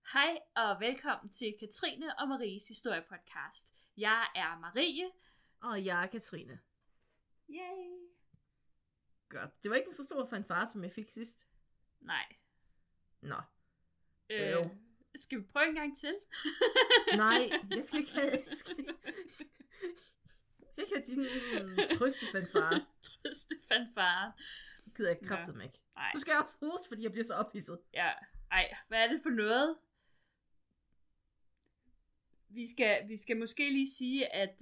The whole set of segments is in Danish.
Hej og velkommen til Katrine og Maries historiepodcast. Jeg er Marie. Og jeg er Katrine. Yay! Godt. Det var ikke en så stor fanfare, som jeg fik sidst. Nej. Nå. Skal vi prøve en gang til? Nej, jeg skal ikke have... Jeg skal ikke have din trøste fanfare. Trøste fanfare. Det gider jeg kraftedeme ikke. Nej. Du skal også hoste, fordi jeg bliver så ophidset. Ja. Ej, hvad er det for noget? Vi skal måske lige sige, at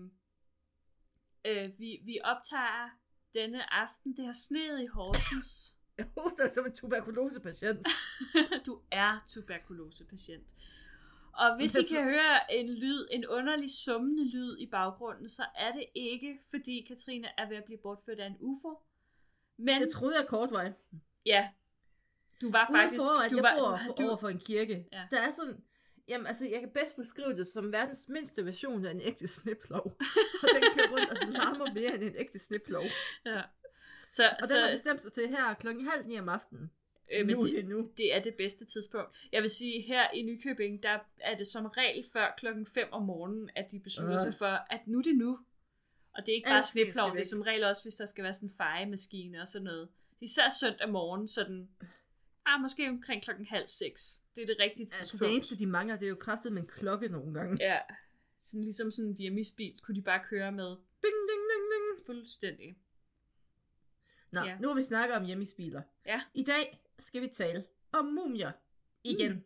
vi optager denne aften. Det har sneet i Horsens. Jeg hoster som en tuberkulosepatient. Du er tuberkulosepatient. Og hvis I kan høre en underlig summende lyd i baggrunden, så er det ikke, fordi Katrine er ved at blive bortført af en UFO. Men Det troede jeg kortvej. ja, du var faktisk... Jeg bor over for en kirke. Ja. Der er sådan... Jamen, altså, jeg kan bedst beskrive det som verdens mindste version af en ægte sniplov. Og den kører rundt og larmer mere end en ægte sniplov. Ja. Og den har bestemt sig til her 8:30 om aftenen. Nu. Det er det bedste tidspunkt. Jeg vil sige, her i Nykøbing, der er det som regel før 5:00 om morgenen, at de beslutter sig for, at nu er det nu. Og det er ikke bare sniplov, det er som regel også, hvis der skal være sådan en fejemaskine og sådan noget. Især søndag morgen, sådan... måske omkring 5:30. Det er det rigtige tidspunkt. Altså det eneste, de mangler, det er jo kraftet med en klokke nogle gange. Ja, sådan ligesom sådan en hjemmesbil, kunne de bare køre med. Ding, ding, ding, ding. Fuldstændig. Nå, Nu har vi snakket om hjemmesbiler. Ja. I dag skal vi tale om mumier. Igen.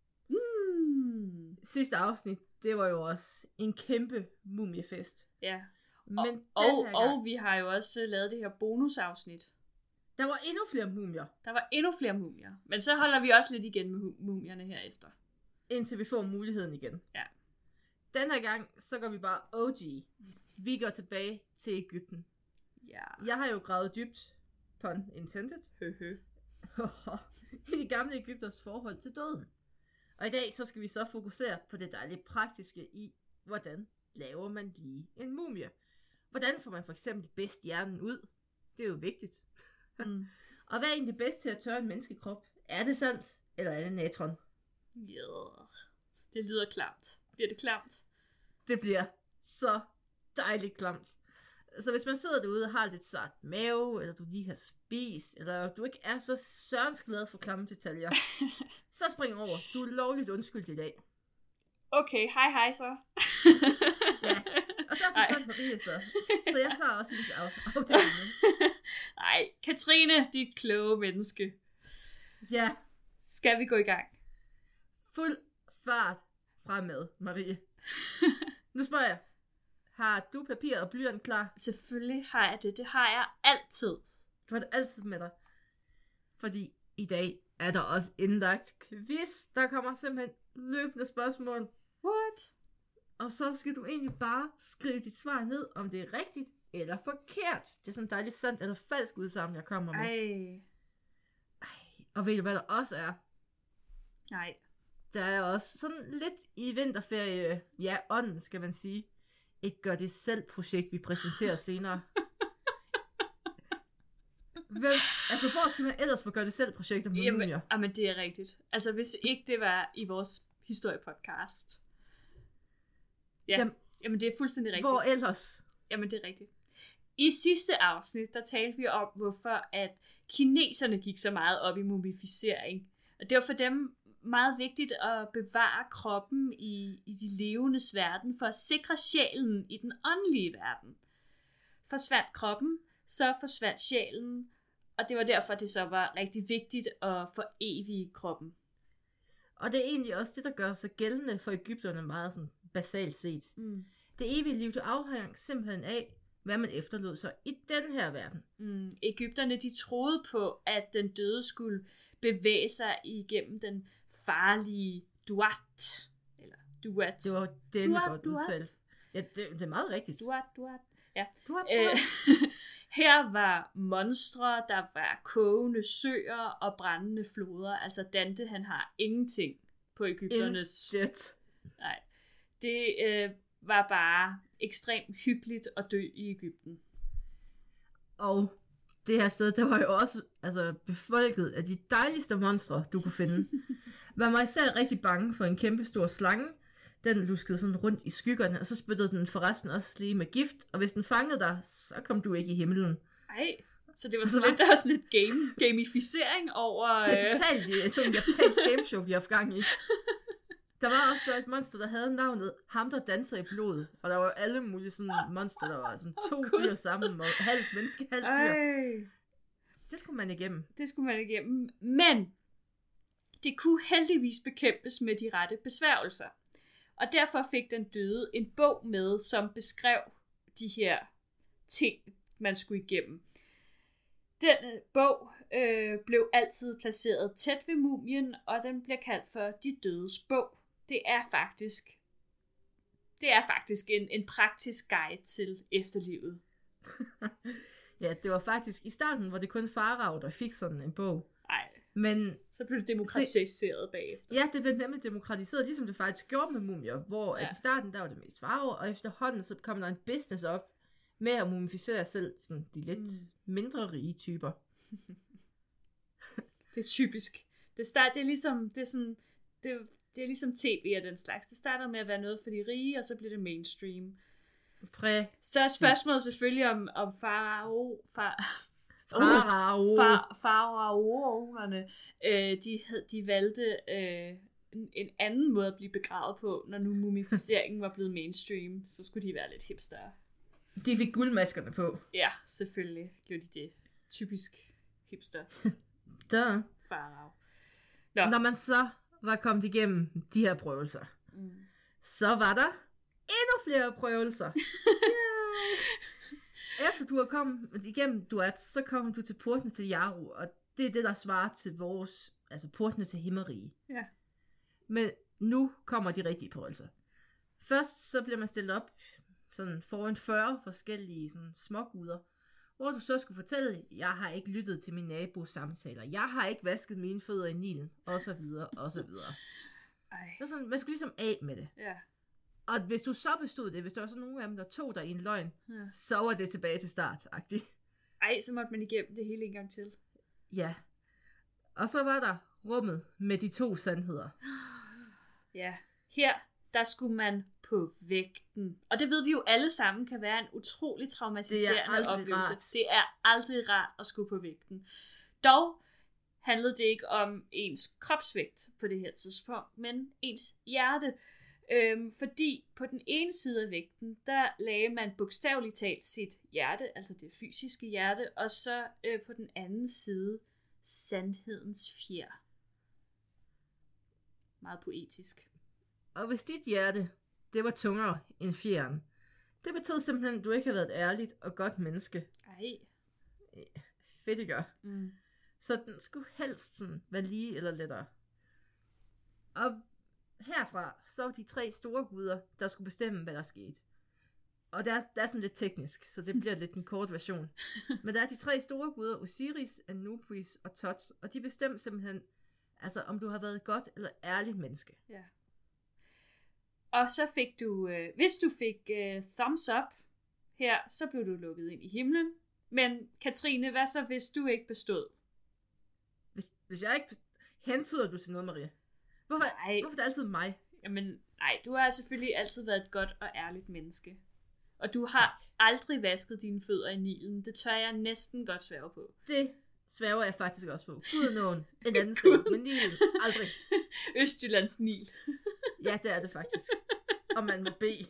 Sidste afsnit, det var jo også en kæmpe mumiefest. Ja. Men og vi har jo også lavet det her bonusafsnit. Der var endnu flere mumier. Men så holder vi også lidt igen med mumierne herefter. Indtil vi får muligheden igen. Ja. Den her gang, så går vi bare OG. Vi går tilbage til Egypten. Ja. Jeg har jo gravet dybt, pun intended, i de gamle Egypters forhold til døden. Og i dag, så skal vi så fokusere på det dejlige praktiske i, hvordan laver man lige en mumie. Hvordan får man for eksempel bedst hjernen ud? Det er jo vigtigt. Og hvad er egentlig bedst til at tørre en menneskekrop? Er det salt, eller er det natron? Yeah. Det lyder klamt. Bliver det klamt? Det bliver så dejligt klamt. Så hvis man sidder derude og har lidt sart mave, eller du lige har spist, eller du ikke er så sørens glad for klamme detaljer, så spring over. Du er lovligt undskyldt i dag. Okay, hej så. Ja, og der forsvandt Marie så. Så jeg tager også hendes afdeling. Nej, Katrine, dit kloge menneske. Ja. Skal vi gå i gang? Fuld fart fremad, Marie. Nu spørger jeg. Har du papir og blyant klar? Selvfølgelig har jeg det. Det har jeg altid. Du har det altid med dig. Fordi i dag er der også indlagt quiz. Der kommer simpelthen løbende spørgsmål. What? Og så skal du egentlig bare skrive dit svar ned, om det er rigtigt eller forkert. Det er sådan en dejlig sandt eller falsk udsagn, jeg kommer med. Ej. Og ved du, hvad der også er? Nej. Der er også sådan lidt i vinterferie, ja, ånden skal man sige, et gør det selv projekt, vi præsenterer senere. Hvor skal man ellers få gøre det selv projekter med mumier? Jamen, det er rigtigt. Altså, hvis ikke det var i vores historiepodcast. Ja, jamen det er fuldstændig rigtigt. Hvor ellers? Jamen, det er rigtigt. I sidste afsnit, der talte vi om, hvorfor at kineserne gik så meget op i mumificering. Og det var for dem meget vigtigt at bevare kroppen i de levendes verden, for at sikre sjælen i den åndelige verden. Forsvandt kroppen, så forsvandt sjælen, og det var derfor, det så var rigtig vigtigt at forevige kroppen. Og det er egentlig også det, der gør sig gældende for egypterne meget sådan basalt set. Det evige liv, det afhænger simpelthen af, hvad man efterlod sig i den her verden. Egypterne, de troede på, at den døde skulle bevæge sig igennem den farlige duat. Eller duat. Det var denne godt udtalt. Ja, det er meget rigtigt. Duat. Ja. Duat. Her var monstre, der var kogende søer og brændende floder. Altså Dante, han har ingenting på egypternes... Nej. Det var bare ekstremt hyggeligt at dø i Egypten. Og det her sted, der var jo også befolket af de dejligste monstre, du kunne finde. Var mig især rigtig bange for en kæmpe stor slange. Den luskede sådan rundt i skyggerne, og så spyttede den forresten også lige med gift, og hvis den fangede dig, så kom du ikke i himlen. Ej, så det var sådan lidt, der var sådan lidt gamificering over... Det er totalt sådan en japansk gameshow, vi har haft gang i. Der var også et monster, der havde navnet ham, der danser i blod, og der var alle mulige sådan monster, der var sådan 2 dyr sammen, og halvt menneske, halvt dyr. Ej. Det skulle man igennem. Det skulle man igennem, men det kunne heldigvis bekæmpes med de rette besværgelser. Og derfor fik den døde en bog med, som beskrev de her ting, man skulle igennem. Den bog blev altid placeret tæt ved mumien, og den bliver kaldt for De Dødes Bog. Det er faktisk en praktisk guide til efterlivet. Ja, det var faktisk i starten, hvor det kun Farao, der fik sådan en bog. Nej. Men så blev det demokratiseret bagefter. Ja, det blev nemlig demokratiseret, ligesom det faktisk gjorde med mumier, hvor at i starten, der var det mest Farao, og efterhånden, så kom der en business op med at mumificere selv sådan de lidt mindre rige typer. Det er typisk. Det er ligesom tv og den slags. Det starter med at være noget for de rige, og så bliver det mainstream. Så er spørgsmålet selvfølgelig om faraoerne, de valgte en anden måde at blive begravet på, når nu mumificeringen var blevet mainstream, så skulle de være lidt hipstere. De fik guldmaskerne på. Ja, selvfølgelig gjorde de det. Typisk hipster. Farao. Når man så var kommet igennem de her prøvelser, så var der endnu flere prøvelser. Efter du har kommet igennem Duat, så kommer du til portene til Yaru, og det er det, der svarer til vores, portene til Himmerige. Ja. Men nu kommer de rigtige prøvelser. Først så bliver man stillet op sådan foran 40 forskellige sådan småguder, hvor du så skulle fortælle, jeg har ikke lyttet til min nabos samtaler, jeg har ikke vasket mine fødder i Nilen, og så videre, og så videre. Det var sådan, man skulle ligesom af med det. Ja. Og hvis du så bestod det, hvis der var sådan nogle af dem, der tog dig i en løgn, så var det tilbage til start-agtigt. Ej, så måtte man igennem det hele en gang til. Ja. Og så var der rummet med de 2 sandheder. Ja. Her, der skulle man på vægten. Og det ved vi jo alle sammen kan være en utrolig traumatiserende oplevelse. Rart. Det er aldrig rart at skulle på vægten. Dog handlede det ikke om ens kropsvægt på det her tidspunkt, men ens hjerte. Fordi på den ene side af vægten, der lagde man bogstaveligt talt sit hjerte, altså det fysiske hjerte, og så på den anden side sandhedens fjer. Meget poetisk. Og hvis dit hjerte, det var tungere end fjeren, det betød simpelthen, at du ikke havde været et ærligt og godt menneske. Ej. Fedt, ikke? Så den skulle helst sådan være lige eller lettere. Og herfra, så var de 3 store guder, der skulle bestemme, hvad der skete. Og det er sådan lidt teknisk, så det bliver lidt en kort version. Men der er de 3 store guder, Osiris, Anubis og Tot, og de bestemte simpelthen, om du har været et godt eller ærligt menneske. Ja. Og så fik du, hvis du fik thumbs up her, så blev du lukket ind i himlen. Men Katrine, hvad så, hvis du ikke bestod? Hvis jeg ikke hentyder du til noget, Maria? Hvorfor er det altid mig? Jamen, nej, du har selvfølgelig altid været et godt og ærligt menneske. Og du har aldrig vasket dine fødder i Nilen. Det tør jeg næsten godt sværge på. Det sværger jeg faktisk også på. Gudenåen, en anden sted, men Nilen, aldrig. Østjyllands Nil. Ja, det er det faktisk. Og man må bede.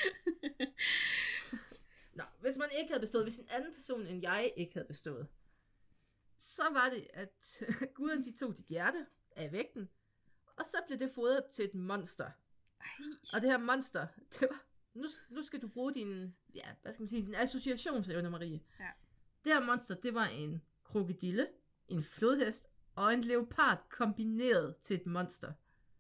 Nå, hvis man ikke havde bestået, hvis en anden person end jeg ikke havde bestået, så var det, at guden de tog dit hjerte af vægten, og så blev det fodret til et monster. Ej. Og det her monster, det var, nu skal du bruge din, din associationsevne, Marie. Ja. Det her monster, det var en krokodille, en flodhest og en leopard kombineret til et monster.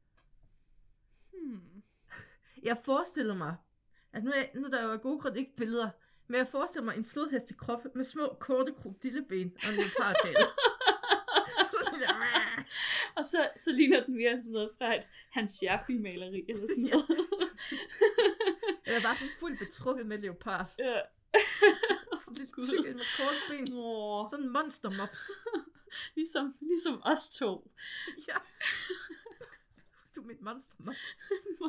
Jeg forestiller mig, nu er der jo gode grund ikke billeder, men jeg forestiller mig en flodhestekrop med små, korte krokodilleben og en leopardhale. Og så ligner den mere sådan noget fra et Hans Scherfig-maleri eller sådan noget. Eller bare sådan fuldt betrukket med leopard. Ja. sådan lidt tyk med kort ben. Sådan en monstermops. ligesom os to. Ja. Du er mit monstermops.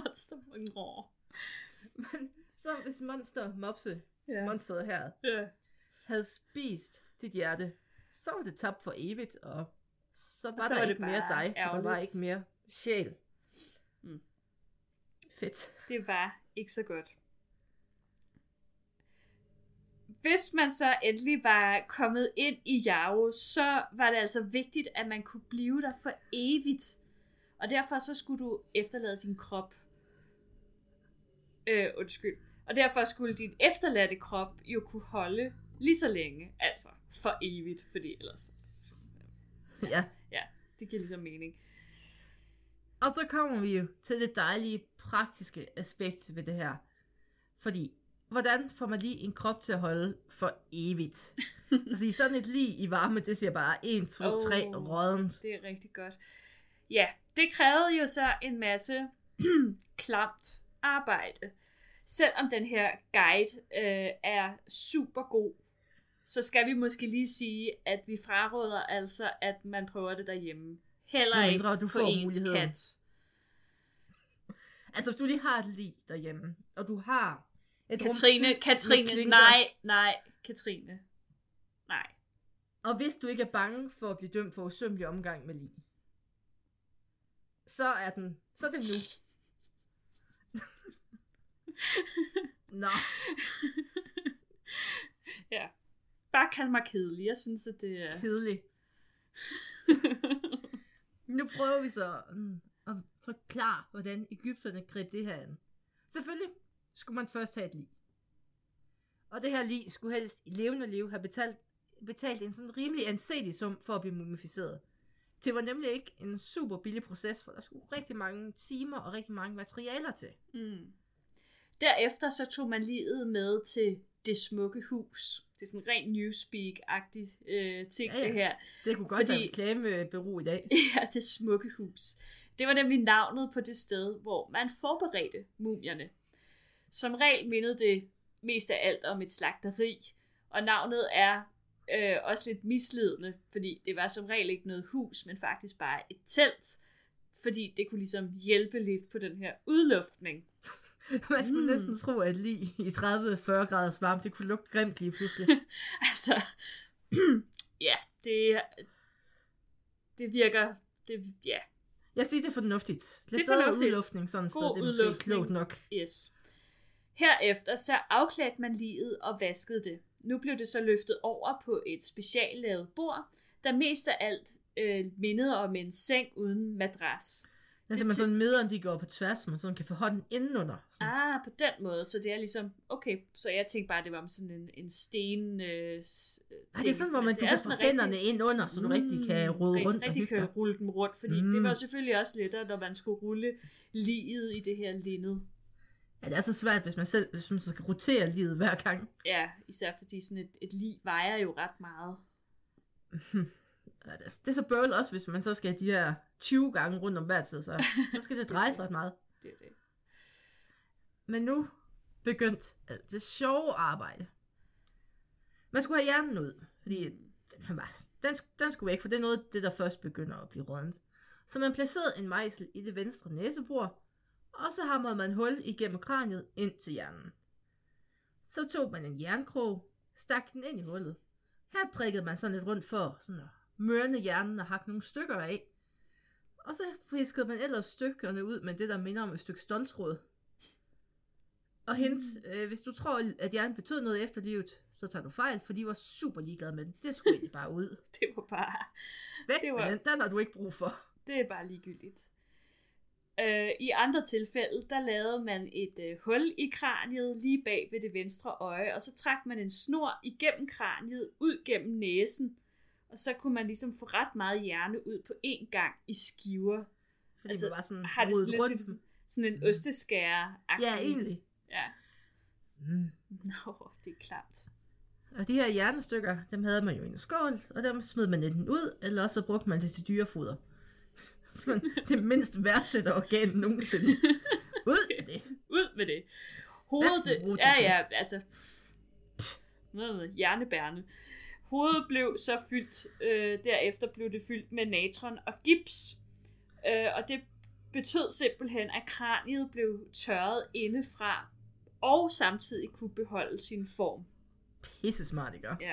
Men så hvis monsteret her, havde spist dit hjerte, så var det tabt for evigt, og så var der ikke mere dig, for der var ikke mere sjæl. Fedt. Det var ikke så godt. Hvis man så endelig var kommet ind i Yao, så var det altså vigtigt, at man kunne blive der for evigt. Og derfor så skulle du efterlade din krop. Og derfor skulle din efterladte krop jo kunne holde lige så længe. Altså for evigt, fordi ellers... Ja, det giver ligesom mening. Og så kommer vi jo til det dejlige, praktiske aspekt ved det her. Fordi, hvordan får man lige en krop til at holde for evigt? Altså sådan et lig i varme, det siger bare 1, 2, 3 rådent. Det er rigtig godt. Ja, det krævede jo så en masse klamt arbejde. Selvom den her guide er super god, så skal vi måske lige sige, at vi fraråder altså, at man prøver det derhjemme. Heller ikke på ens kat. Altså, hvis du lige har et lig derhjemme, og du har et Katrine, nej, Katrine. Nej. Og hvis du ikke er bange for at blive dømt for usømmelig omgang med lig, så er det nu. Nå. Ja. Bare kald mig kedelig. Jeg synes, at det er... Kedelig. Nu prøver vi så at forklare, hvordan Egypterne greb det her an. Selvfølgelig skulle man først have et lig. Og det her lig skulle helst i levende liv have betalt en sådan rimelig anselig sum for at blive mumificeret. Det var nemlig ikke en super billig proces, for der skulle rigtig mange timer og rigtig mange materialer til. Derefter så tog man liget med til det smukke hus. Det er sådan en ren Newspeak-agtig ting, det her. Det kunne godt være reklamebureau i dag. Ja, det smukke hus. Det var nemlig navnet på det sted, hvor man forberedte mumierne. Som regel mindede det mest af alt om et slagteri, og navnet er også lidt misledende, fordi det var som regel ikke noget hus, men faktisk bare et telt, fordi det kunne ligesom hjælpe lidt på den her udluftning. Man skulle næsten tro, at lige i 30-40 graders varme, det kunne lugte grimt lige pludselig. Altså, ja, det virker, ja. Jeg synes, det er fornuftigt. Lidt bedre udluftning sådan et sted, det er måske klogt nok. Yes. Herefter så afklædte man liget og vaskede det. Nu blev det så løftet over på et speciallavet bord, der mest af alt mindede om en seng uden madras. Det er simpelthen sådan mederen, de går på tværs, man sådan kan få hånden indenunder. Sådan. På den måde, så det er ligesom, okay, så jeg tænkte bare, det var om sådan en sten ting. Det er sådan, hvor man kan få hænderne ind under, så du rigtig kan rulle rundt og hygge kan rulle dem rundt, fordi det var selvfølgelig også lettere, når man skulle rulle liget i det her linned. Ja, det er så svært, hvis man skal rotere livet hver gang. Ja, især fordi sådan et lig vejer jo ret meget. Ja, det er så bøvlet også, hvis man så skal de her 20 gange rundt om hvert side, så skal det drejes ret meget. Det er det. Men nu begyndte alt det sjove arbejde. Man skulle have hjernen ud, fordi den skulle væk, for det er noget det, der først begynder at blive rådent. Så man placerede en mejsel i det venstre næsebor, og så hamrede man hul igennem kraniet ind til hjernen. Så tog man en jernkrog, stak den ind i hullet. Her prikkede man sådan lidt rundt for sådan at mørne hjernen og hakke nogle stykker af. Og så fiskede man ellers stykkerne ud med det, der minder om et stykke ståltråd. Og hint, hvis du tror, at hjernen betød noget efter livet, så tager du fejl, for de var super ligeglade med den. Det skulle egentlig bare ud. Det var bare... Væk, den har du ikke brug for. Det er bare ligegyldigt. I andre tilfælde, der lavede man et hul i kraniet lige bag ved det venstre øje, og så trak man en snor igennem kraniet, ud gennem næsen, og så kunne man ligesom få ret meget hjerne ud på én gang i skiver. Fordi altså, det var sådan har det sådan en osteskære-agtig. Ja, egentlig. Ja. Nå, det er klart. Og de her hjernestykker, dem havde man jo i en skål, og dem smed man enten ud, eller også så brugte man det til dyrefoder. Det mindst værdsætter organ nogensinde. Ud med det. Ud med det. Hovedet, altså... hjernebærende. Hovedet blev så fyldt, derefter blev det fyldt med natron og gips, og det betød simpelthen, at kraniet blev tørret indefra, og samtidig kunne beholde sin form. Pisse smart, ikke? Ja.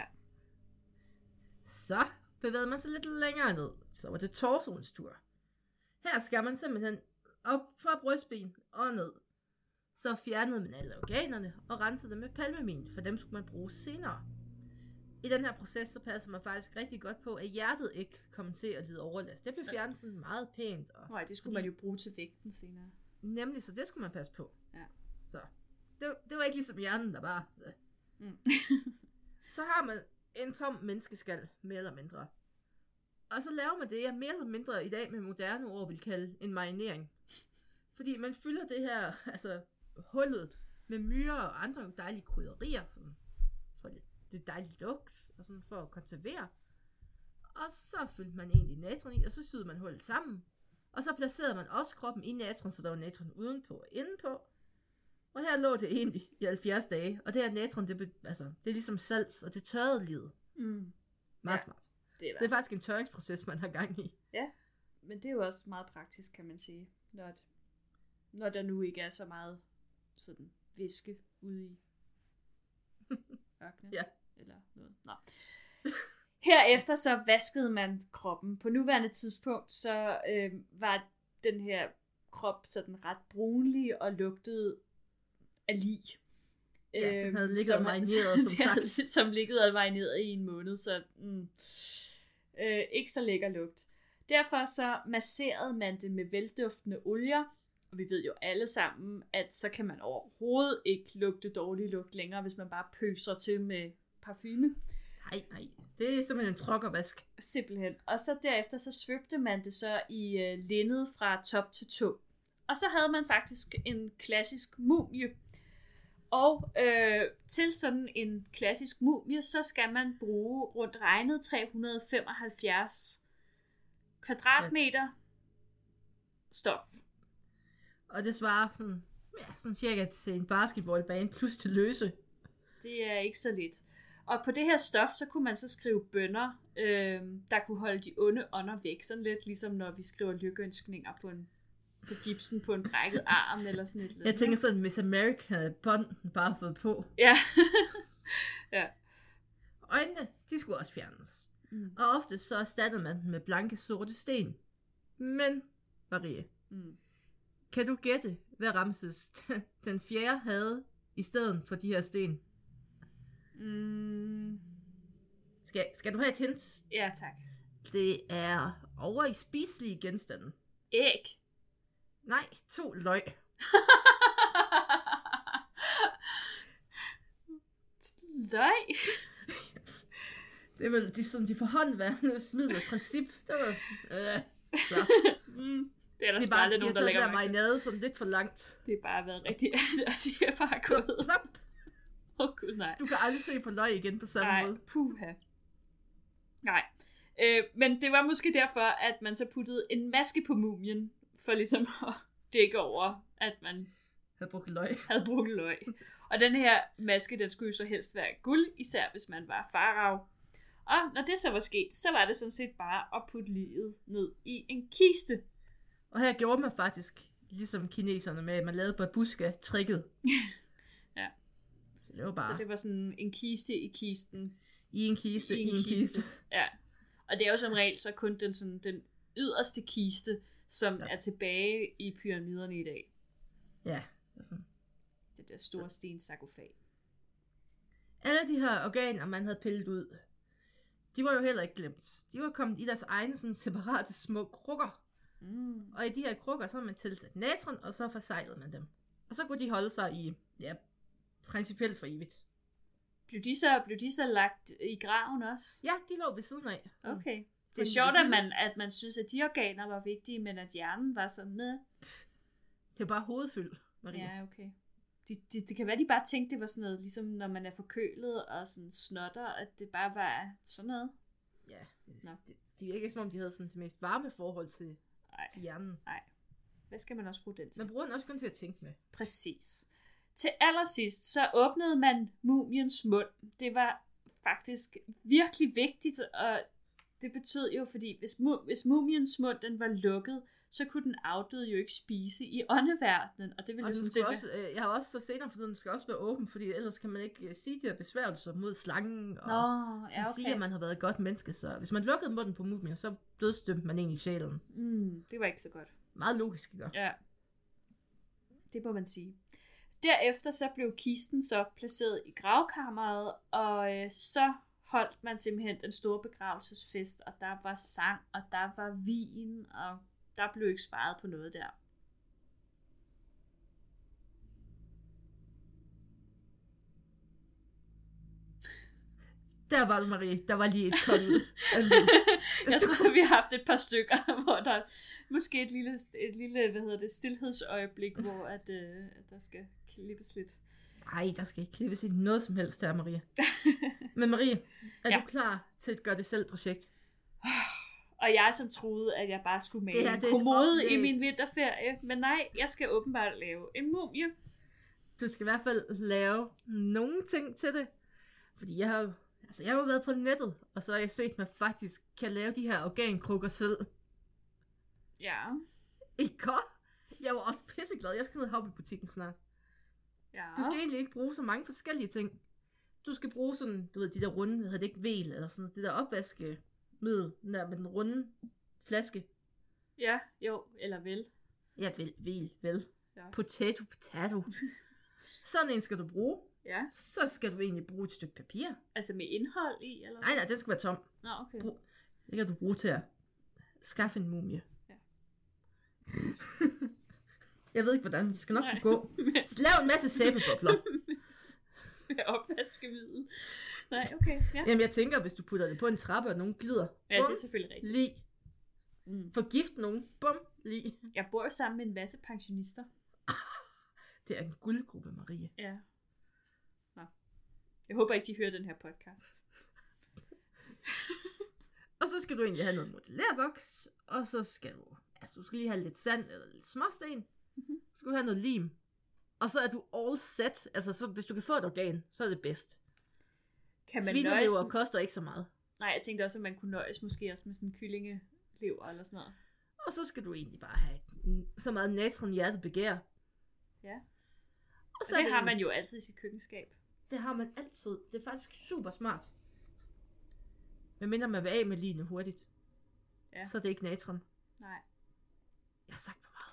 Så bevægede man sig lidt længere ned. Så var det torsoens tur. Her skal man simpelthen op fra brystben og ned. Så fjernede man alle organerne og rensede dem med palmemin, for dem skulle man bruge senere. I den her proces, så passer man faktisk rigtig godt på, at hjertet ikke kommer til at lide overlast. Det blev fjernet sådan meget pænt. Nej, det skulle man jo bruge til vægten senere. Nemlig, så det skulle man passe på. Ja. Så det var ikke ligesom hjernen, der bare... Så har man en tom menneskeskal, mere eller mindre. Og så laver man det, jeg mere eller mindre i dag med moderne ord vil kalde en marinering. Fordi man fylder det her, altså hullet, med myrer og andre dejlige krydderier, for det dejlige lugt, og sådan for at konservere. Og så fyldte man egentlig natron i, og så syede man hullet sammen. Og så placerede man også kroppen i natron, så der var natron udenpå og indenpå. Og her lå det egentlig i 70 dage. Og det her natron, det er ligesom salt, og det tørrede livet. Meget smart. Det så det er faktisk en tørringsproces, man har gang i. Ja, men det er jo også meget praktisk, kan man sige. Når der nu ikke er så meget sådan væske ude i ørkenen. Ja. Eller noget. Nå. Herefter så vaskede man kroppen. På nuværende tidspunkt så var den her krop sådan ret brunlig og lugtede af lig. Ja, den havde ligget og marineret, som sagt. Som ligget og marineret i en måned, så ikke så lækker lugt. Derfor så masserede man det med velduftende olier, og vi ved jo alle sammen, at så kan man overhovedet ikke lugte dårlig lugt længere, hvis man bare pøser til med parfume. Nej, det er simpelthen en trokkervask. Simpelthen. Og så derefter så svøbte man det så i linned fra top til tå. Og så havde man faktisk en klassisk mumie. Og til sådan en klassisk mumie, så skal man bruge rundt regnet 375 kvadratmeter stof. Og det svarer sådan cirka til en basketballbane plus til løse. Det er ikke så lidt. Og på det her stof, så kunne man så skrive bønner, der kunne holde de onde ånder væk. Sådan lidt ligesom når vi skriver lykkeønskninger på gipsen på en brækket arm eller sådan et eller andet. Jeg tænker sådan, Miss America bånden bare fået på. Ja. Ja. Øjnene, de skulle også fjernes. Og ofte så erstattede man dem med blanke sorte sten. Men, Marie, kan du gætte, hvad Ramses den 4. havde i stedet for de her sten? Skal du have et hint? Ja, tak. Det er over i spiselige genstande. Æg. Nej, 2 løg. Løg? Det er vel de forhåndværende smidlers princip. Det var... så. Det er der bare lidt nogen, der lægger mig. De har taget der marinade sådan lidt for langt. Det har bare været rigtigt. Det er bare gået. Plop. Gud, nej. Du kan aldrig se på løg igen på samme måde. Puha. Nej. Men det var måske derfor, at man så puttede en maske på mumien, for ligesom at dække over, at man havde brugt løg. Og den her maske, den skulle jo så helst være guld, især hvis man var farao. Og når det så var sket, så var det sådan set bare at putte liget ned i en kiste. Og her gjorde man faktisk, ligesom kineserne med, at man lavede babushka-tricket. Ja. Så det var bare... Så det var sådan en kiste i kisten. I en kiste. Ja. Og det er jo som regel så kun den yderste kiste, som er tilbage i pyramiderne i dag. Ja. Sådan. Det der store stensarkofag. Alle de her organer, man havde pillet ud, de var jo heller ikke glemt. De var kommet i deres egne sådan separate små krukker. Og i de her krukker, så havde man tilsat natron, og så forsejlede man dem. Og så kunne de holde sig i, principielt for evigt. Blev de så lagt i graven også? Ja, de lå ved siden af. Sådan. Okay. Det er sjovt, at man synes, at de organer var vigtige, men at hjernen var sådan med. Det var bare hovedfyld, Maria. Ja, okay. Det kan være, de bare tænkte, det var sådan noget, ligesom når man er forkølet og sådan snotter, at det bare var sådan noget. Ja, det virker ikke som om, de havde sådan det mest varme forhold til hjernen. Nej. Hvad skal man også bruge den til? Man bruger den også kun til at tænke med. Præcis. Til allersidst, så åbnede man mumiens mund. Det var faktisk virkelig vigtigt, og det betød jo, fordi hvis mumiens mund den var lukket, så kunne den afdøde jo ikke spise i åndeverdenen, og det ville Og jo den sådan skal set også, jeg har også så senere, for den skal også være åben, fordi ellers kan man ikke sige de her besværgelser mod slangen, og ja, okay. sige, at man har været et godt menneske. Så hvis man lukkede munden på mumier, så dødsdømte man ind i sjælen. Det var ikke så godt. Meget logisk, ikke? Ja, det må man sige. Derefter så blev kisten så placeret i gravkammeret, og så holdt man simpelthen den store begravelsesfest, og der var sang, og der var vin, og der blev ikke sparet på noget der. Der var du, Marie. Der var lige et kommet. Jeg tror, vi har haft et par stykker, hvor der måske et lille stilhedsøjeblik, hvor at der skal klippes lidt. Nej, der skal ikke klippes i noget som helst her, Marie. Men Marie, er du klar til et gør-det-selv-projekt? Og jeg som troede, at jeg bare skulle male en kommode i min vinterferie. Men nej, jeg skal åbenbart lave en mumie. Du skal i hvert fald lave nogle ting til det. Fordi jeg har jo været på nettet, og så har jeg set, at man faktisk kan lave de her organkrukker selv. Ja. Ikke godt? Jeg var også pisseglad. Jeg skal ned i hobbybutikken snart. Ja. Du skal egentlig ikke bruge så mange forskellige ting. Du skal bruge sådan, du ved, de der runde, hedder det ikke vel, eller sådan det der opvaskemiddel, der med den runde flaske. Ja, jo, eller vel. Ja, vel. Ja. Potato. Sådan en skal du bruge. Ja. Så skal du egentlig bruge et stykke papir. Altså med indhold i, eller? Nej, den skal være tom. Nå, okay. Det kan du bruge til at skaffe en mumie. Ja. Jeg ved ikke, hvordan det skal nok kunne gå. Lav en masse sæbebobler. Med opvaskemiddel. Nej, okay. Ja. Jamen, jeg tænker, hvis du putter det på en trappe, og nogen glider. Ja, det er selvfølgelig rigtigt. Lige. Forgift nogen. Bum. Lige. Jeg bor sammen med en masse pensionister. Det er en guldgruppe, Marie. Ja. Nå. Jeg håber ikke, de hører den her podcast. Og så skal du egentlig have noget modellervoks, og så skal du, du skal lige have lidt sand eller lidt småsten. Så skal du have noget lim. Og så er du all set. Altså, så, hvis du kan få et organ, så er det bedst. Kan man svinelever koster ikke så meget. Nej, jeg tænkte også, at man kunne nøjes måske også med sådan en kyllingelever eller sådan noget. Og så skal du egentlig bare have så meget natron hjertet begær. Ja. Og så det har man jo altid i sit køkkenskab. Det har man altid. Det er faktisk super smart. Men mindre man vil af med ligene hurtigt. Ja. Så er det ikke natron. Nej. Jeg har sagt for meget.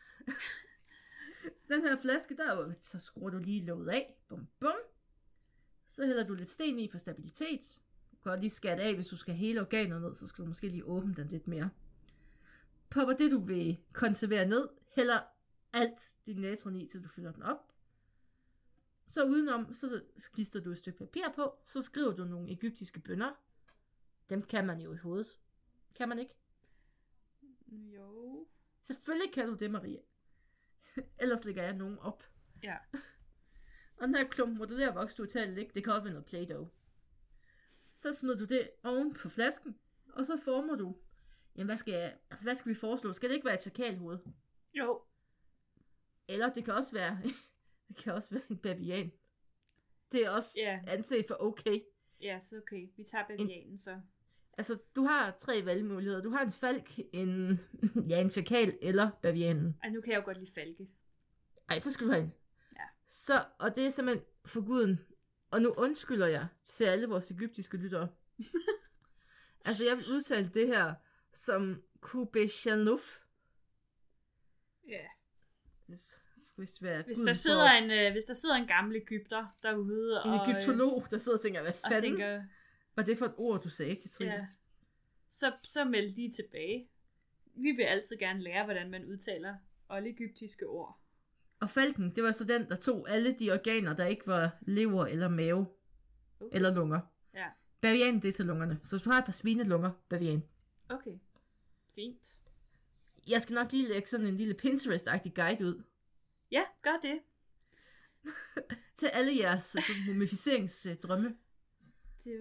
Den her flaske, så skruer du lige låget af. Bum, bum. Så hælder du lidt sten i for stabilitet. Du kan godt lige skære af, hvis du skal hele organet ned, så skal du måske lige åbne den lidt mere. Popper det, du vil konservere ned. Hælder alt din natron i, til du fylder den op. Så udenom, så klister du et stykke papir på. Så skriver du nogle egyptiske bønner. Dem kan man jo i hovedet. Kan man ikke? Jo. Selvfølgelig kan du det, Marie. Ellers lægger jeg nogen op. Ja. Og den her klump modellervoks, du tager lidt, det kan også være noget Play-Doh. Så smider du det oven på flasken, og så former du. Jamen, hvad skal vi foreslå? Skal det ikke være et chakalhoved? Jo. Eller det kan også være, en bavian. Det er også anset for okay. Ja, så okay. Vi tager bavianen så. Altså, du har 3 valgmuligheder. Du har en falk, en chakal eller bavianen. Ej, nu kan jeg jo godt lide falke. Ej, så skal du have en. Ja. Så, og det er simpelthen for guden. Og nu undskylder jeg til alle vores egyptiske lyttere. Altså, jeg vil udtale det her som Kubeshanuf. Ja. Det skulle være hvis der sidder en gammel egypter derude. En egyptolog, der sidder og tænker, hvad fanden var det for et ord, du sagde, Katrine? Ja. Så meld lige tilbage. Vi vil altid gerne lære, hvordan man udtaler oldegyptiske ord. Og falken, det var så den, der tog alle de organer, der ikke var lever eller mave. Okay. Eller lunger. Ja. Bavianen, det er til lungerne. Så hvis du har et par svinelunger, bavian. Okay. Fint. Jeg skal nok lige lægge sådan en lille Pinterest-agtig guide ud. Ja, gør det. Til alle jeres mumificeringsdrømme. Det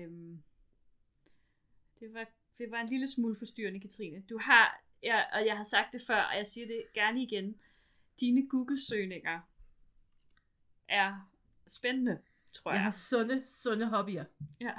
var en lille smule forstyrrende, Katrine. Du har, og jeg har sagt det før, og jeg siger det gerne igen, dine Google-søgninger er spændende, tror jeg. Jeg har sunde hobbyer. Ja.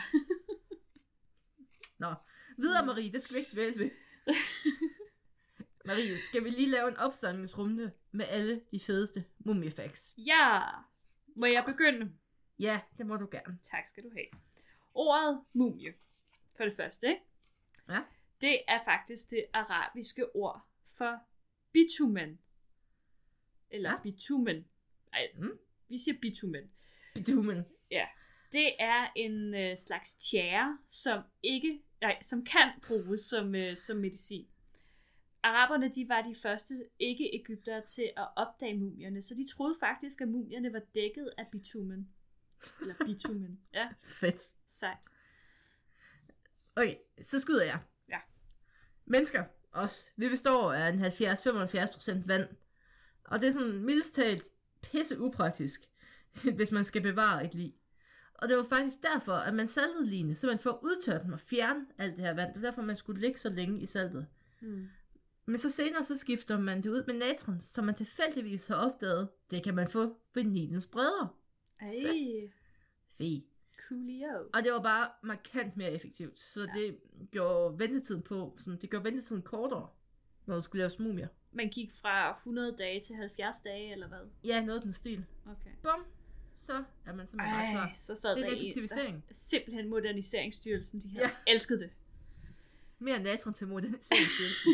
Nå, videre Marie, det skal vi ikke dvæle ved. Marie, skal vi lige lave en opsamlingsrunde med alle de fedeste mumiefacts? Ja! Må jeg begynde? Ja, det må du gerne. Tak skal du have. Ordet mumie, for det første, ikke? Ja. Det er faktisk det arabiske ord for bitumen. Eller bitumen. Ej, vi siger bitumen. Bitumen. Ja. Det er en slags tjære, som kan bruges som medicin. Araberne, de var de første ikke-egyptere til at opdage mumierne, så de troede faktisk, at mumierne var dækket af bitumen. Eller bitumen. Ja. Fedt. Sejt. Okay, så skyder jeg. Ja. Mennesker, os, vi består af en 70-75% vand. Og det er sådan mildest talt pisse upraktisk, hvis man skal bevare et lig. Og det var faktisk derfor, at man saltede ligene, så man får udtørret dem og fjerne alt det her vand. Det var derfor, man skulle ligge så længe i saltet. Men så senere, så skifter man det ud med natron, som man tilfældigvis har opdaget. Det kan man få ved Nilens bredder. Ej. Fint. Coolio. Og det var bare markant mere effektivt. Så det gjorde ventetiden kortere, når der skulle laves mumier. Man gik fra 100 dage til 70 dage, eller hvad? Ja, noget af den stil. Okay. Bum. Så er man simpelthen meget klar. Så sad det er der en effektivisering. Simpelthen Moderniseringsstyrelsen, de her elskede det. Mere natron til Moderniseringsstyrelsen.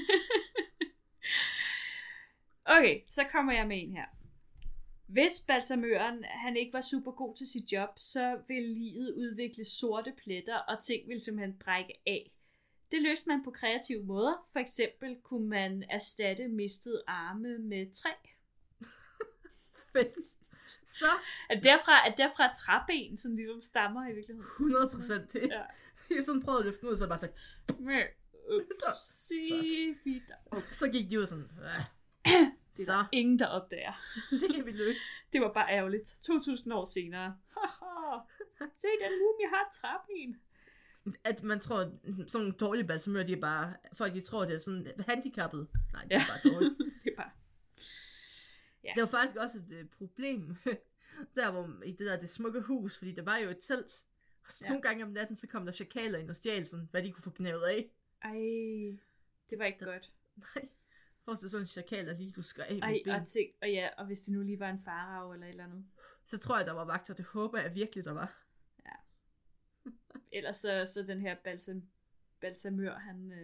Okay, så kommer jeg med en her. Hvis balsamøren han ikke var super god til sit job, så ville liget udvikle sorte pletter, og ting ville simpelthen brække af. Det løste man på kreative måder. For eksempel kunne man erstatte mistede arme med træ. Fedt. Så Er det derfra træben, som ligesom stammer i virkeligheden? 100% det. Ja. Jeg sådan prøvede at løfte den ud, så bare så... Så gik de ud sådan... Det er ingen, der opdager. Det kan vi løse. Det var bare ærgerligt. 2000 år senere. Se, den mumie har et træben. At man tror, at sådan nogle dårlige balsamører, de er bare... Folk, de tror, det er sådan handicappet. Nej, det er bare dårligt. Det er bare... Ja. Det var faktisk også et problem, der hvor i det smukke hus, fordi der var jo et telt. Og så nogle gange om natten, så kom der chakaler ind og stjal sådan, hvad de kunne få knævet af. Ej, det var ikke godt. Nej, prøv sådan en chakal, der lige lusker af med ben. Og hvis det nu lige var en farao eller et eller andet. Så tror jeg, der var vagter, det håber jeg virkelig, der var. Ja. Ellers så den her balsamør,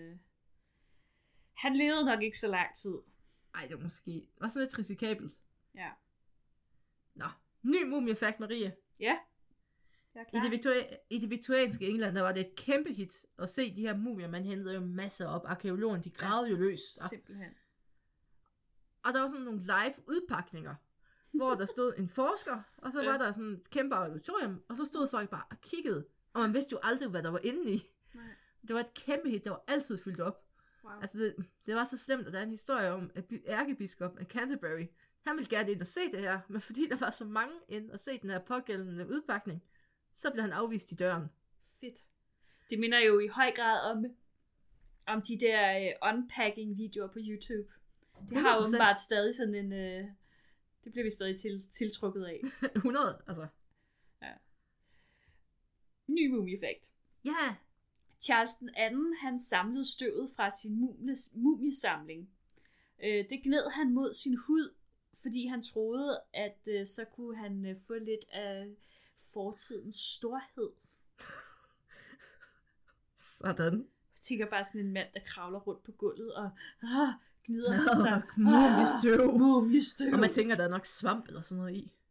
han levede nok ikke så lang tid. Ej, det var måske også lidt risikabelt. Ja. Nå, ny mumiefakt, Marie. Ja, jeg er klar. I det viktorianske England, der var det et kæmpe hit at se de her mumier. Man hentede jo masser op. Arkæologerne, de gravede jo løs. Simpelthen. Og der var sådan nogle live udpakninger, hvor der stod en forsker, og så var der sådan et kæmpe auditorium, og så stod folk bare og kiggede. Og man vidste jo aldrig, hvad der var inde i. Nej. Det var et kæmpe hit, der var altid fyldt op. Wow. Altså, det var så slemt, at der er en historie om, at ærkebiskop af Canterbury, han ville gerne ind og se det her, men fordi der var så mange ind og se den her pågældende udpakning, så blev han afvist i døren. Fedt. Det minder jo i høj grad om de der unpacking-videoer på YouTube. Det 100%. Har jo åbenbart stadig sådan en... det bliver vi stadig tiltrukket af. 100, altså. Ja. Ny mumiefakt. Ja. Charles den anden, han samlede støvet fra sin mumiesamling. Det gned han mod sin hud, fordi han troede, at så kunne han få lidt af fortidens storhed. Sådan. Jeg tænker bare sådan en mand, der kravler rundt på gulvet og gnider sig. Mumiestøv. Og man tænker, der er nok svamp eller sådan noget i.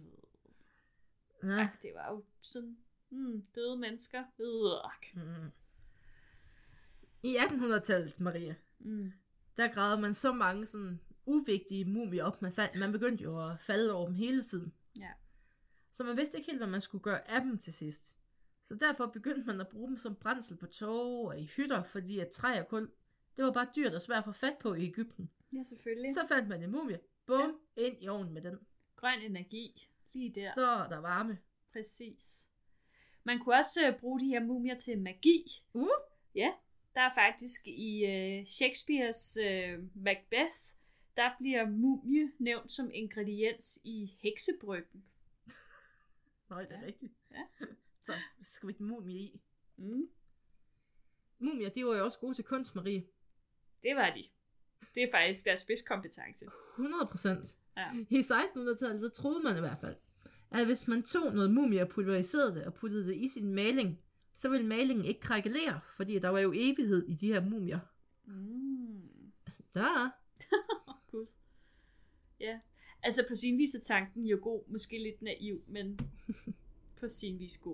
Ja, det var jo sådan døde mennesker. I 1800-tallet, Maria, der gravede man så mange sådan uvigtige mumier op. Man begyndte jo at falde over dem hele tiden. Ja. Så man vidste ikke helt, hvad man skulle gøre af dem til sidst. Så derfor begyndte man at bruge dem som brændsel på tog og i hytter, fordi at træ og kul, det var bare dyrt og svært at få fat på i Egypten. Ja, selvfølgelig. Så fandt man en mumie. Bum, ind i ovnen med den. Grøn energi, lige der. Så er der varme. Præcis. Man kunne også bruge de her mumier til magi. Ja, der er faktisk i Shakespeares Macbeth, der bliver mumie nævnt som ingrediens i heksebryggen. Nej, det er rigtigt. Ja. Så skal vi et mumie i. Mm. Mumier, de var jo også gode til kunst, Marie. Det var de. Det er faktisk deres spidskompetence. 100%. Ja. I 1600-tallet, så troede man i hvert fald, at hvis man tog noget mumie og pulveriserede det og puttede det i sin maling, så ville malingen ikke krakkelere, fordi der var jo evighed i de her mumier. Der. Gud. Ja. Altså på sin vis er tanken jo god, måske lidt naiv, men på sin vis god.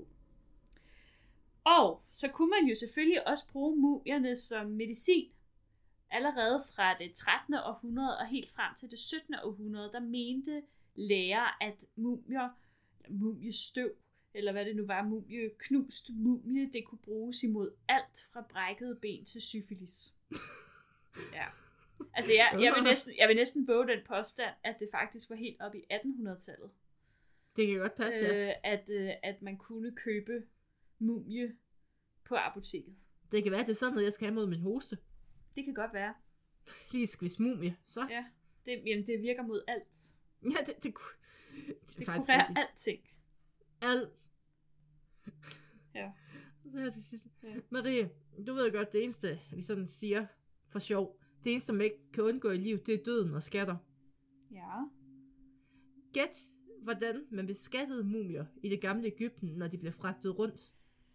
Og så kunne man jo selvfølgelig også bruge mumierne som medicin. Allerede fra det 13. århundrede og helt frem til det 17. århundrede, der mente læger, at mumiestøv, eller hvad det nu var, knust mumie, det kunne bruges imod alt fra brækkede ben til syfilis. Ja. Altså jeg vil næsten våge den påstand, at det faktisk var helt op i 1800-tallet. Det kan godt passe, at man kunne købe mumie på apoteket. Det kan være, det er sådan noget, jeg skal have mod min hoste. Det kan godt være. Lige skvis mumie, så. Ja, det virker mod alt. Ja, det kurerer alting. Alt. Ja. Så her til sidst. Ja. Marie, du ved godt, det eneste, vi sådan siger for sjov, det eneste, man ikke kan undgå i livet, det er døden og skatter. Ja. Gæt, hvordan man beskattede mumier i det gamle Egypten, når de blev fragtet rundt.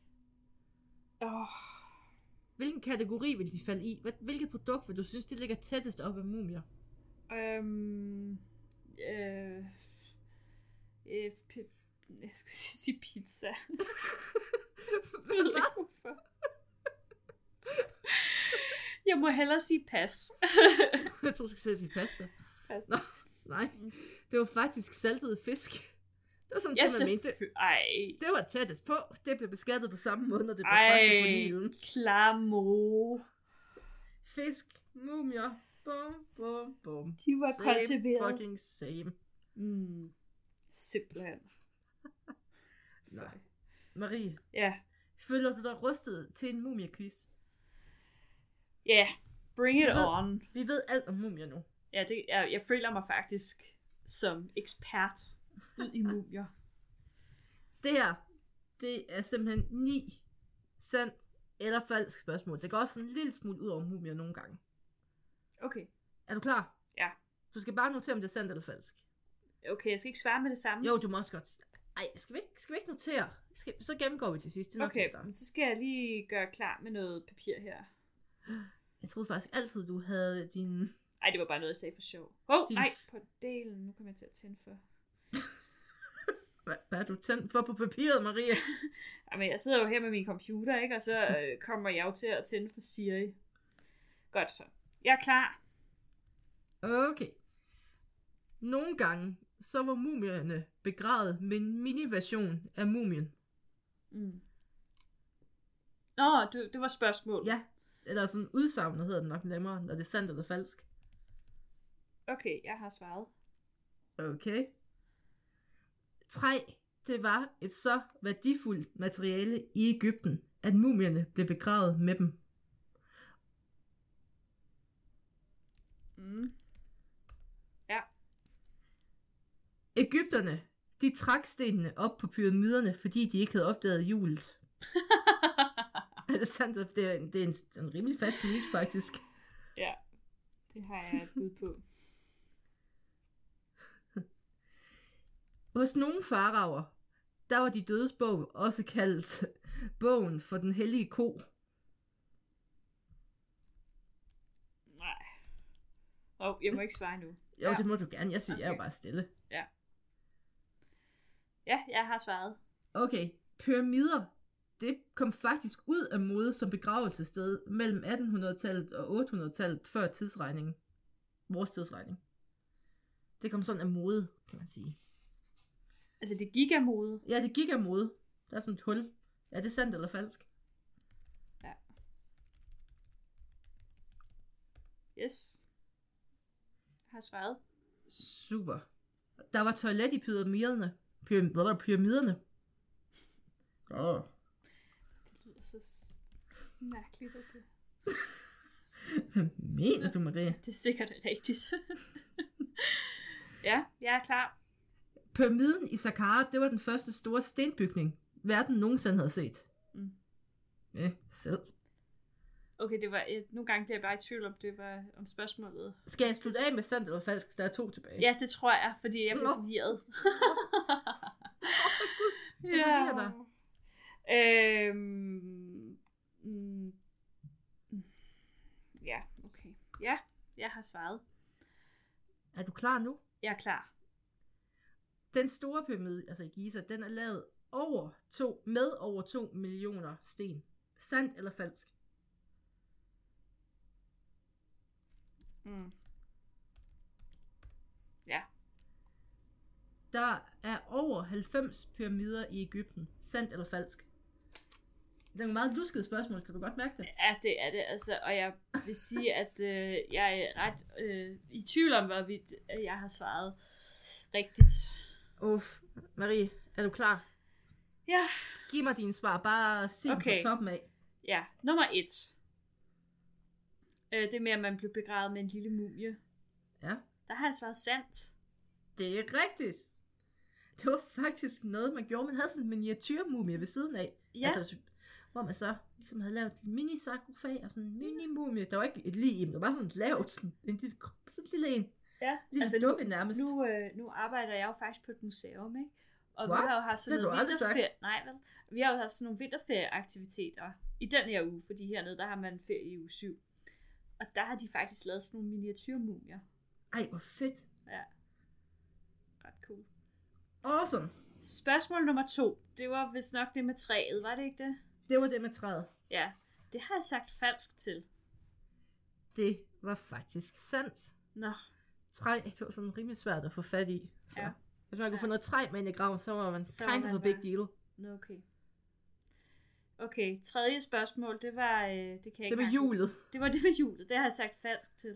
Hvilken kategori vil de falde i? Hvilket produkt vil du synes, de ligger tættest op af mumier? Jeg skulle sige pizza. Hvad? Jeg må hellere sige pas. Jeg tror, du skulle sige pasta. Pasta. Nå, nej. Det var faktisk saltede fisk. Det var sådan, ja, det man mente. Det var tættest på. Det blev beskattet på samme måde, når det blev fragtet på Nilen. Klamo. Fisk, mumier, bum, bum, bum. De var same kultiveret. Fucking same. Simpelthen. Nej. Marie. Ja. Føler du dig rustet til en mumiequiz? Ja, yeah, bring it on. Vi ved alt om mumier nu. Ja, jeg føler mig faktisk som ekspert ud i mumier. Det her, det er simpelthen 9 sandt eller falsk spørgsmål. Det går også en lille smule ud over mumier nogle gange. Okay. Er du klar? Ja. Du skal bare notere, om det er sandt eller falsk. Okay, jeg skal ikke svare med det samme. Jo, du må også godt. Ej, skal vi ikke notere? Så gennemgår vi til sidst. Okay, men så skal jeg lige gøre klar med noget papir her. Jeg troede faktisk altid, du havde din... Ej, det var bare noget, jeg sagde for sjov. Nej, på delen. Nu kommer jeg til at tænde for. Hvad er du tændt for på papiret, Maria? Jamen, jeg sidder jo her med min computer, ikke? Og så kommer jeg jo til at tænde for Siri. Godt så. Jeg er klar. Okay. Nogle gange, så var mumierne begravet med en mini-version af mumien. Nå, det var spørgsmål. Ja, eller sådan udsagnet hedder det nok nemmere, når det er sandt eller falsk. Okay, jeg har svaret. Okay. Træ, det var et så værdifuldt materiale i Egypten, at mumierne blev begravet med dem. Ja. Egypterne, de trak stenene op på pyramiderne, fordi de ikke havde opdaget hjulet. Er det sandt? Det er en rimelig fast myte, faktisk. Ja, det har jeg et bud på. Hos nogle faraoer, der var de dødes bog også kaldt bogen for den hellige ko. Nej. Jeg må ikke svare nu. Jo, ja. Det må du gerne. Jeg siger, okay. Jeg er jo bare stille. Ja. Ja, jeg har svaret. Okay, pyramider, det kom faktisk ud af mode som begravelsessted mellem 1800-tallet og 800-tallet før tidsregningen. Vores tidsregning. Det kom sådan af mode, kan man sige. Altså det gik af mode? Ja, det gik af mode. Der er sådan et hul. Er det sandt eller falsk? Ja. Yes. Jeg har svaret. Super. Der var toilet i pyramiderne. Pyramiderne. Det lyder så mærkeligt, at det... Hvad mener du, Maria? Det er sikkert rigtigt. Ja, jeg er klar. Pyramiden i Saqqara, det var den første store stenbygning, verden nogensinde havde set. Ja, selv. Okay, det var nogle gange bliver jeg bare i tvivl om, det var om spørgsmålet. Skal jeg slutte af med sandt eller falsk? Der er 2 tilbage. Ja, det tror jeg, fordi jeg blev forvirret. Ja. Ja, okay. Ja, jeg har svaret. Er du klar nu? Jeg er klar. Den store pyramide, altså i Giza, den er lavet med over 2 millioner sten. Sandt eller falsk? Ja. Der er over 90 pyramider i Egypten. Sandt eller falsk? Det er et meget lusket spørgsmål, kan du godt mærke det? Ja, det er det, altså, og jeg vil sige, at jeg er ret i tvivl om, hvorvidt jeg har svaret rigtigt. Marie, er du klar? Ja. Giv mig dine svar, bare sig på toppen af. Ja, nummer 1. Det med, at man blev begravet med en lille mumie. Ja. Der har jeg svaret sandt. Det er rigtigt. Det var faktisk noget, man gjorde. Man havde sådan en miniatyrmumie ved siden af. Ja. Altså, hvor man så ligesom havde lavet en mini-sarkofag og sådan en mini-mumie. Der var ikke et lig i, men der var sådan lavet sådan en lille en. Ja, lille altså dukke nærmest. Nu arbejder jeg jo faktisk på et museum, ikke? Og What? vi har jo haft sådan noget vinterferie. Nej, vel? Vi har jo haft sådan nogle vinterferieaktiviteter i den her uge, fordi hernede, der har man ferie i uge 7. Og der har de faktisk lavet sådan nogle miniatyrmumier. Ej, hvor fedt. Ja. Ret cool. Awesome. Spørgsmål nummer 2. Det var vist nok det med træet, var det ikke det? Det var det med træet. Ja, det har jeg sagt falsk til. Det var faktisk sandt. Nå. Træ, det var sådan rimelig svært at få fat i. Så. Ja. Hvis man kunne få noget træ med ind i graven, så var man kind of a big deal. Nå, okay. Okay, tredje spørgsmål, det var... det kan jeg ikke med hjulet. Det var det med hjulet, det har jeg sagt falsk til.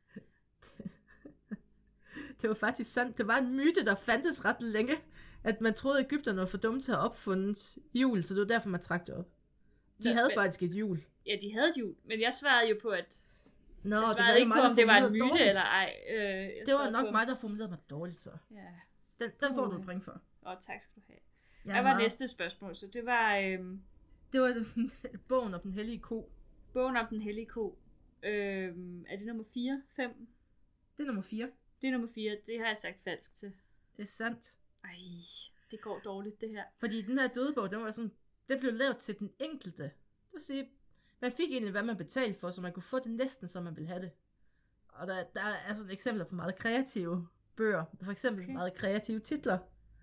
Det var faktisk sandt. Det var en myte, der fandtes ret længe, at man troede, at Egypterne var for dumme til at have opfundet hjul, så det var derfor, man trak det op. De havde faktisk et hjul. Ja, de havde et hjul, men jeg svarede jo på, at... Nå, jeg svarede ikke på, om det var en myte dårligt. Eller ej. Det var nok mig, der formulerede mig dårligt, så. Ja. Den får du et point for. Tak skal du have. Der var næste spørgsmål, så det var... Det var bogen om den hellige ko. Bogen om den hellige ko. Er det nummer 4? 5? Det er nummer 4. Det er nummer 4. Det har jeg sagt falsk til. Det er sandt. Ej, det går dårligt, det her. Fordi den her dødebog, den var sådan, det blev lavet til den enkelte. Det vil sige, man fik egentlig, hvad man betalte for, så man kunne få det næsten, som man ville have det. Og der er sådan eksempler på meget kreative bøger. For eksempel meget kreative titler.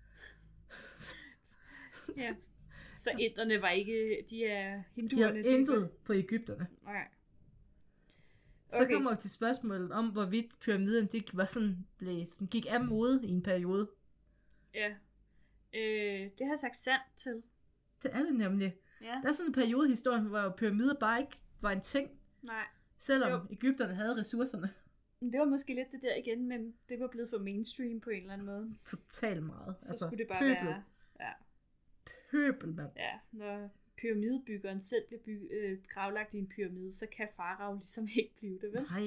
Ja. Så inderne var ikke, de er hinduerne. De har intet på Egypterne. Nej. Okay. Så kommer vi til spørgsmålet om, hvorvidt pyramiden gik af mode i en periode. Ja. Det har jeg sagt sandt til. Det er det nemlig. Ja. Der er sådan en periode i historien, hvor pyramider bare ikke var en ting. Nej. Selvom Egypterne havde ressourcerne. Det var måske lidt det der igen, men det var blevet for mainstream på en eller anden måde. Totalt meget. Så skulle det bare være... Ja. Pøbel, mand. Ja, når pyramidebyggeren selv bliver gravlagt i en pyramide, så kan farao ligesom ikke blive det, vel? Nej.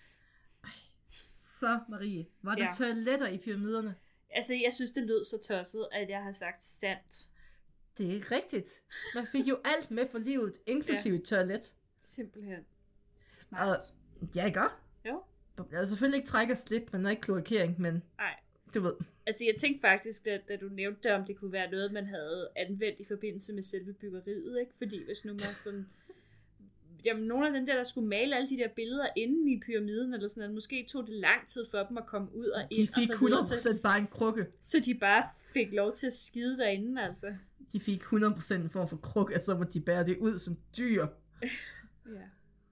Så, Marie, var der toiletter i pyramiderne? Altså, jeg synes, det lød så tosset, at jeg har sagt sandt. Det er rigtigt. Man fik jo alt med for livet, inklusive toilet. Simpelthen. Smart. Ja, ikke? Jo. Jeg er selvfølgelig ikke træk og slip, men ikke klorikering, men... Nej. Du ved. Altså, jeg tænkte faktisk, da du nævnte det, om det kunne være noget, man havde anvendt i forbindelse med selve byggeriet, ikke? Fordi hvis nu man sådan... Jamen, nogle af dem der skulle male alle de der billeder inde i pyramiden, eller sådan, at måske tog det lang tid for dem at komme ud og ind. De fik 100% bare en krukke. Så de bare fik lov til at skide derinde, altså. De fik 100% en form for krukke, og så må de bære det ud som dyr. Ja.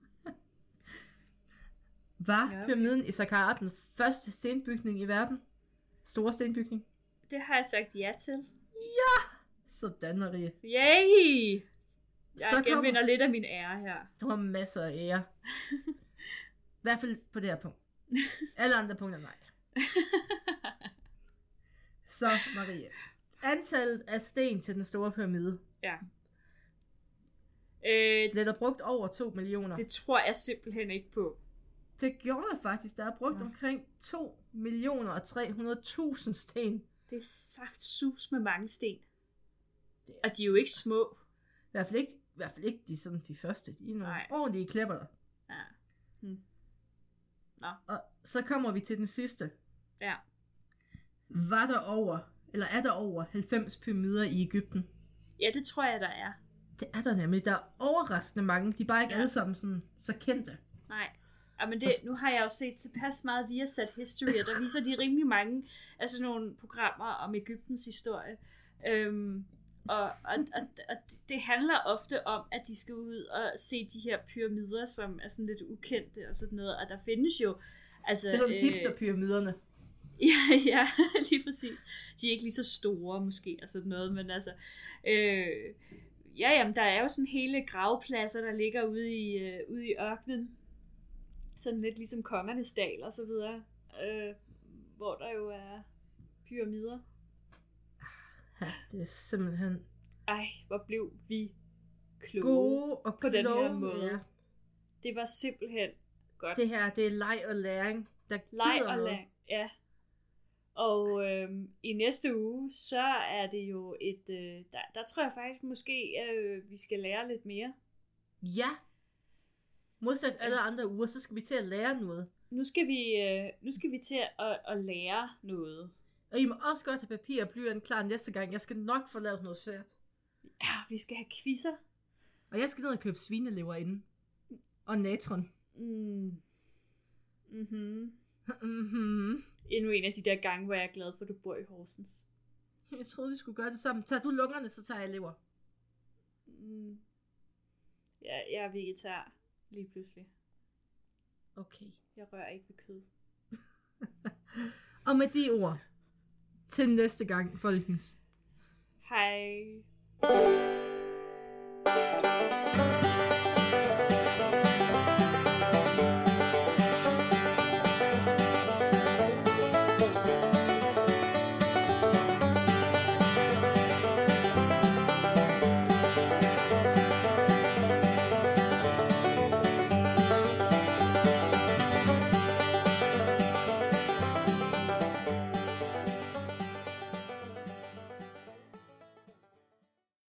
Var pyramiden i Saqqara den første stenbygning i verden? Store stenbygning? Det har jeg sagt ja til. Ja! Sådan, Marie. Yay! Jeg genvinder lidt af min ære her. Du har masser af ære. I hvert fald på det her punkt. Alle andre punkter, nej. Så, Marie. Antallet af sten til den store pyramide. Ja. Blev der brugt over 2 millioner? Det tror jeg simpelthen ikke på. Det gjorde der faktisk. Der er brugt omkring 2.300.000 sten. Det er saftsus med mange sten. Og de er jo ikke små. I hvert fald ikke de, sådan, de første. De er nogle ordentlige klipper. Ja. Og så kommer vi til den sidste. Ja. Er der over 90 pyramider i Egypten? Ja, det tror jeg, der er. Det er der nemlig. Der er overraskende mange. De er bare ikke alle sammen sådan, så kendte. Nej. Ja, men nu har jeg jo set tilpas meget Viasat History, og der viser de rimelig mange af sådan nogle programmer om Egyptens historie. Og det handler ofte om, at de skal ud og se de her pyramider, som er sådan lidt ukendte og sådan noget. Og der findes jo... Altså, det er sådan hipsterpyramiderne. Ja, lige præcis. De er ikke lige så store måske og sådan noget, men altså... jamen, der er jo sådan hele gravpladser, der ligger ude i ørkenen. Sådan lidt ligesom Kongernes Dal og så videre. Hvor der jo er pyramider. Ja, det er simpelthen... Ej, hvor blev vi gode og på den her måde. Ja. Det var simpelthen godt. Det her, det er leg og læring. Læring, ja. Og i næste uge, så er det jo et... der tror jeg faktisk måske, vi skal lære lidt mere. Ja. Modsat alle andre uger, så skal vi til at lære noget. Nu skal vi til at lære noget. Og I må også godt have papir og blyant klar næste gang. Jeg skal nok få lavet noget svært. Ja, vi skal have quizzer. Og jeg skal ned og købe svinelever inden. Og natron. Endnu en af de der gange, hvor jeg er glad for, at du bor i Horsens. Jeg troede, vi skulle gøre det sammen. Tager du lungerne, så tager jeg lever. Ja, jeg er vegetar lige pludselig. Okay. Jeg rører ikke ved kød. Og med de ord, til næste gang, folkens. Hej.